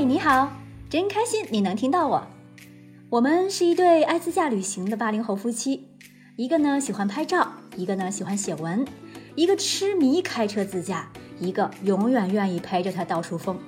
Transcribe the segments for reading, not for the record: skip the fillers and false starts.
你好，真开心你能听到我。我们是一对爱自驾旅行的80后夫妻，一个呢喜欢拍照，一个呢喜欢写文，一个痴迷开车自驾，一个永远愿意陪着他到处疯。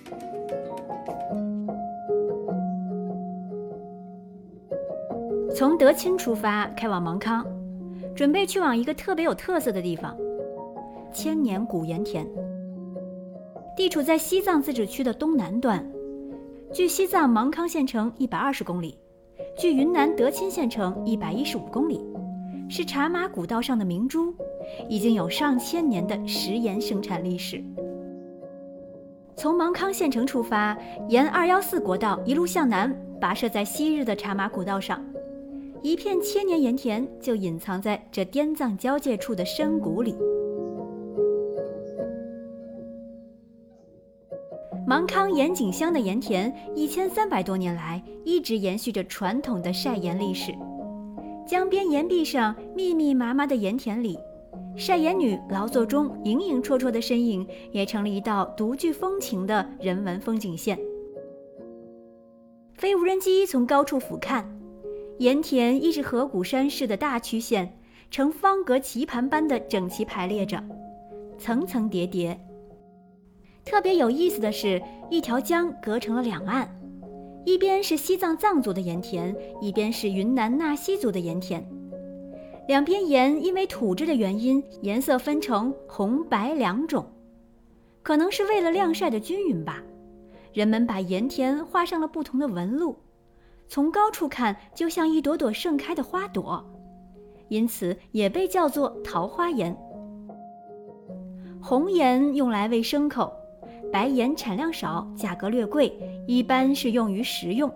从德钦出发，开往芒康，准备去往一个特别有特色的地方——千年古盐田。地处在西藏自治区的东南端，距西藏芒康县城120公里，距云南德钦县城115公里，是茶马古道上的明珠，已经有上千年的食盐生产历史。从芒康县城出发，沿214国道一路向南，跋涉在昔日的茶马古道上，一片千年盐田就隐藏在这滇藏交界处的深谷里。芒康盐井乡的盐田1300多年来一直延续着传统的晒盐历史。江边岩壁上密密麻麻的盐田里，晒盐女劳作中影影绰绰的身影也成了一道独具风情的人文风景线。飞无人机从高处俯瞰，盐田依是河谷山势的大曲线，呈方格棋盘般的整齐排列着，层层叠叠。特别有意思的是，一条江隔成了两岸，一边是西藏藏族的盐田，一边是云南纳西族的盐田。两边盐因为土质的原因，颜色分成红白两种，可能是为了晾晒的均匀吧。人们把盐田画上了不同的纹路，从高处看就像一朵朵盛开的花朵，因此也被叫做桃花盐。红盐用来喂牲口，白盐产量少，价格略贵，一般是用于食用。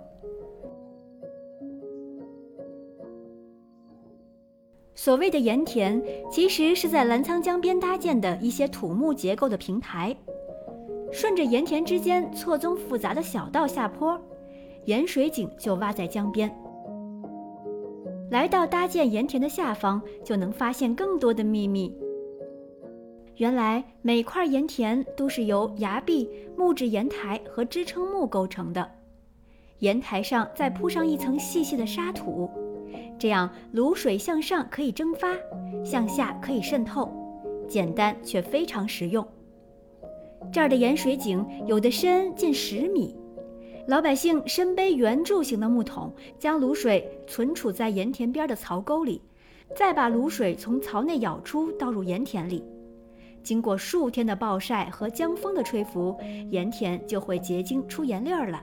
所谓的盐田，其实是在澜沧江边搭建的一些土木结构的平台，顺着盐田之间错综复杂的小道下坡，盐水井就挖在江边。来到搭建盐田的下方，就能发现更多的秘密。原来每块盐田都是由崖壁、木质盐台和支撑木构成的，盐台上再铺上一层细细的沙土，这样卤水向上可以蒸发，向下可以渗透，简单却非常实用。这儿的盐水井有的深近10米，老百姓身背圆柱形的木桶，将卤水存储在盐田边的槽沟里，再把卤水从槽内舀出，倒入盐田里。经过数天的暴晒和江风的吹拂，盐田就会结晶出盐粒儿了。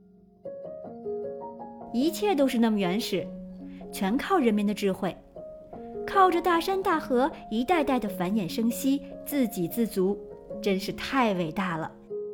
一切都是那么原始，全靠人民的智慧，靠着大山大河一代代的繁衍生息，自给自足，真是太伟大了。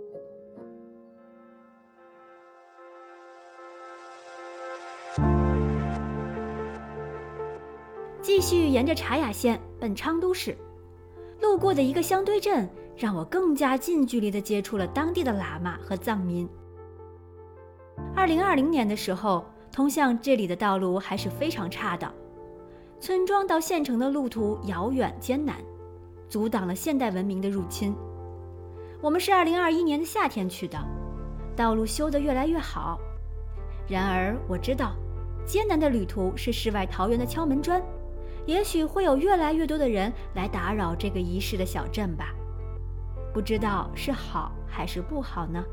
继续沿着茶雅县奔昌都市，路过的一个乡堆镇，让我更加近距离地接触了当地的喇嘛和藏民。2020年的时候，通向这里的道路还是非常差的，村庄到县城的路途遥远艰难，阻挡了现代文明的入侵。我们是2021年的夏天去的，道路修得越来越好。然而我知道，艰难的旅途是世外桃源的敲门砖，也许会有越来越多的人来打扰这个遗世的小镇吧，不知道是好还是不好呢？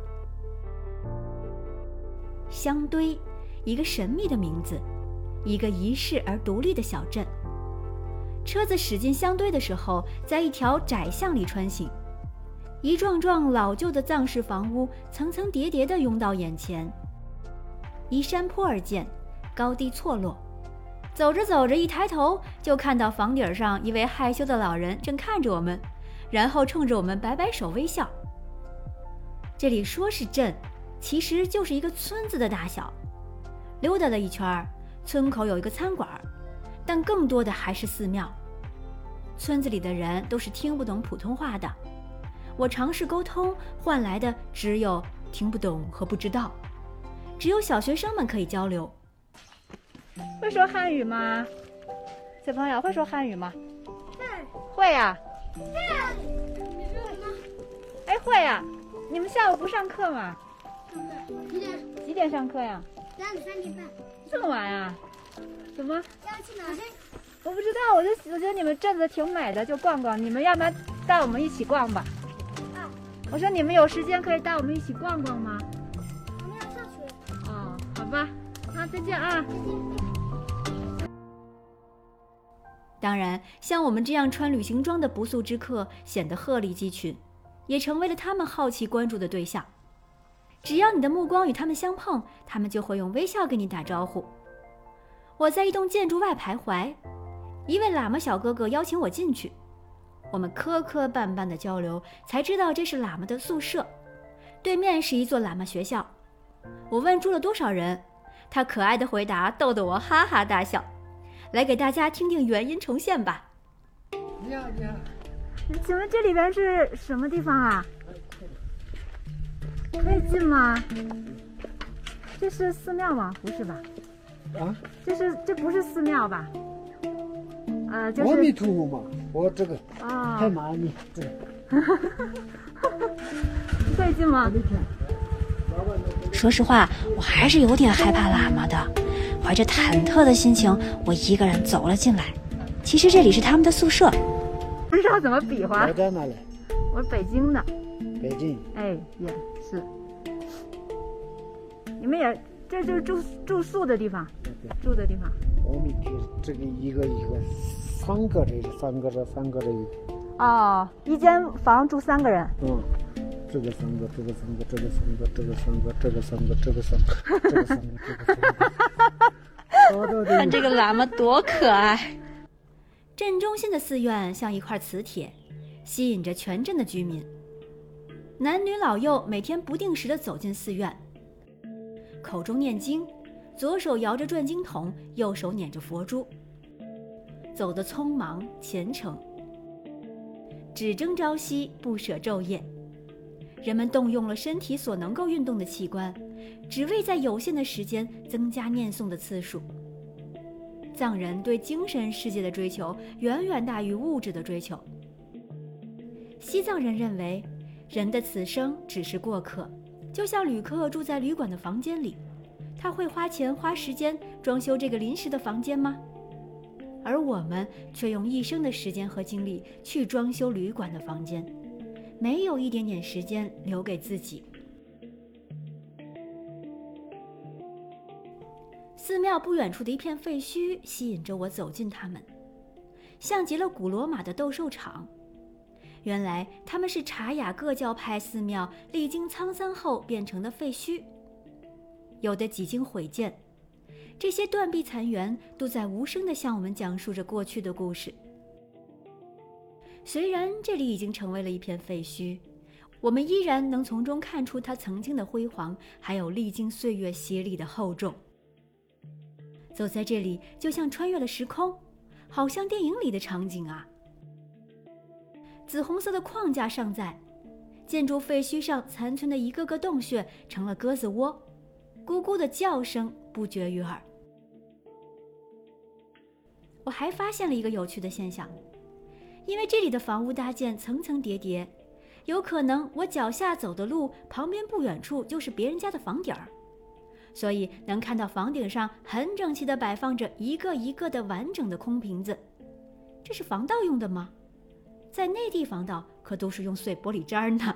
香堆，一个神秘的名字，一个遗世而独立的小镇。车子驶进香堆的时候，在一条窄巷里穿行，一幢幢老旧的藏式房屋层层叠叠地拥到眼前，依山坡而建，高低错落。走着走着，一抬头就看到房顶上一位害羞的老人正看着我们，然后冲着我们摆摆手微笑。这里说是镇，其实就是一个村子的大小。溜达了一圈，村口有一个餐馆，但更多的还是寺庙。村子里的人都是听不懂普通话的，我尝试沟通，换来的只有听不懂和不知道，只有小学生们可以交流。会说汉语吗？小朋友会说汉语吗？会呀。哎，会呀。你们下午不上课吗？ 几点上课呀 3点半。 这么晚啊？怎么？ 要去哪？ 我不知道，我觉得你们镇子挺美的，就逛逛。你们要不然带我们一起逛吧？ 啊， 我说你们有时间可以带我们一起逛逛吗？ 我们要上学。 哦，好吧，那再见啊。 当然，像我们这样穿旅行装的不速之客显得鹤立鸡群，也成为了他们好奇关注的对象。只要你的目光与他们相碰，他们就会用微笑跟你打招呼。我在一栋建筑外徘徊，一位喇嘛小哥哥邀请我进去，我们磕磕绊绊的交流，才知道这是喇嘛的宿舍，对面是一座喇嘛学校。我问住了多少人，他可爱的回答逗得我哈哈大笑。来给大家听听原音重现吧。 你好，请问这里边是什么地方啊？可以进吗？这是寺庙吗？不是吧？ 啊？ 这不是寺庙吧？就是阿弥陀佛嘛，我这个啊， 太麻你这个。 可以进吗？ 说实话，我还是有点害怕喇嘛的。怀着忐忑的心情，我一个人走了进来。其实这里是他们的宿舍。 不知道怎么比划。 我在哪里？ 我是北京的。 北京。 哎，也是。你们也，这就是住宿的地方，住的地方。 我们这个一个3个这3个这3个这个。 哦，一间房住3个人。 嗯。这个3个，这个3个，这个3个，这个3个，这个3个，这个3个，这个3个，这个3个。 看这个喇嘛多可爱！ 镇中心的寺院像一块磁铁，吸引着全镇的居民。男女老幼每天不定时地走进寺院，口中念经，左手摇着转经筒，右手捻着佛珠，走得匆忙虔诚，只争朝夕，不舍昼夜。人们动用了身体所能够运动的器官，只为在有限的时间增加念诵的次数。藏人对精神世界的追求远远大于物质的追求。西藏人认为，人的此生只是过客，就像旅客住在旅馆的房间里，他会花钱花时间装修这个临时的房间吗？而我们却用一生的时间和精力去装修旅馆的房间，没有一点点时间留给自己。寺庙不远处的一片废墟吸引着我走进它们，像极了古罗马的斗兽场。原来它们是查雅各教派寺庙历经沧桑后变成的废墟，有的几经毁建，这些断壁残垣都在无声地向我们讲述着过去的故事。虽然这里已经成为了一片废墟，我们依然能从中看出它曾经的辉煌，还有历经岁月洗礼的厚重。走在这里就像穿越了时空，好像电影里的场景啊。紫红色的框架尚在，建筑废墟上残存的一个个洞穴成了鸽子窝，咕咕的叫声不绝于耳。我还发现了一个有趣的现象，因为这里的房屋搭建层层叠叠，有可能我脚下走的路旁边不远处就是别人家的房顶儿，所以能看到房顶上很整齐地摆放着一个一个的完整的空瓶子。这是防盗用的吗？在内地防盗可都是用碎玻璃渣呢。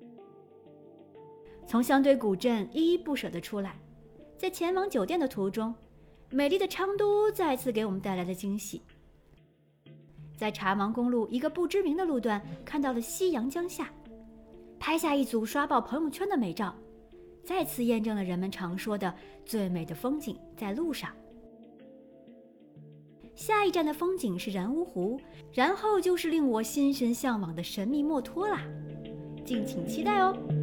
从相对古镇依依不舍地出来，在前往酒店的途中，美丽的昌都再次给我们带来了惊喜。在茶芒公路一个不知名的路段看到了夕阳江夏，拍下一组刷爆朋友圈的美照，再次验证了人们常说的最美的风景在路上。下一站的风景是然乌湖，然后就是令我心神向往的神秘墨脱啦，敬请期待哦。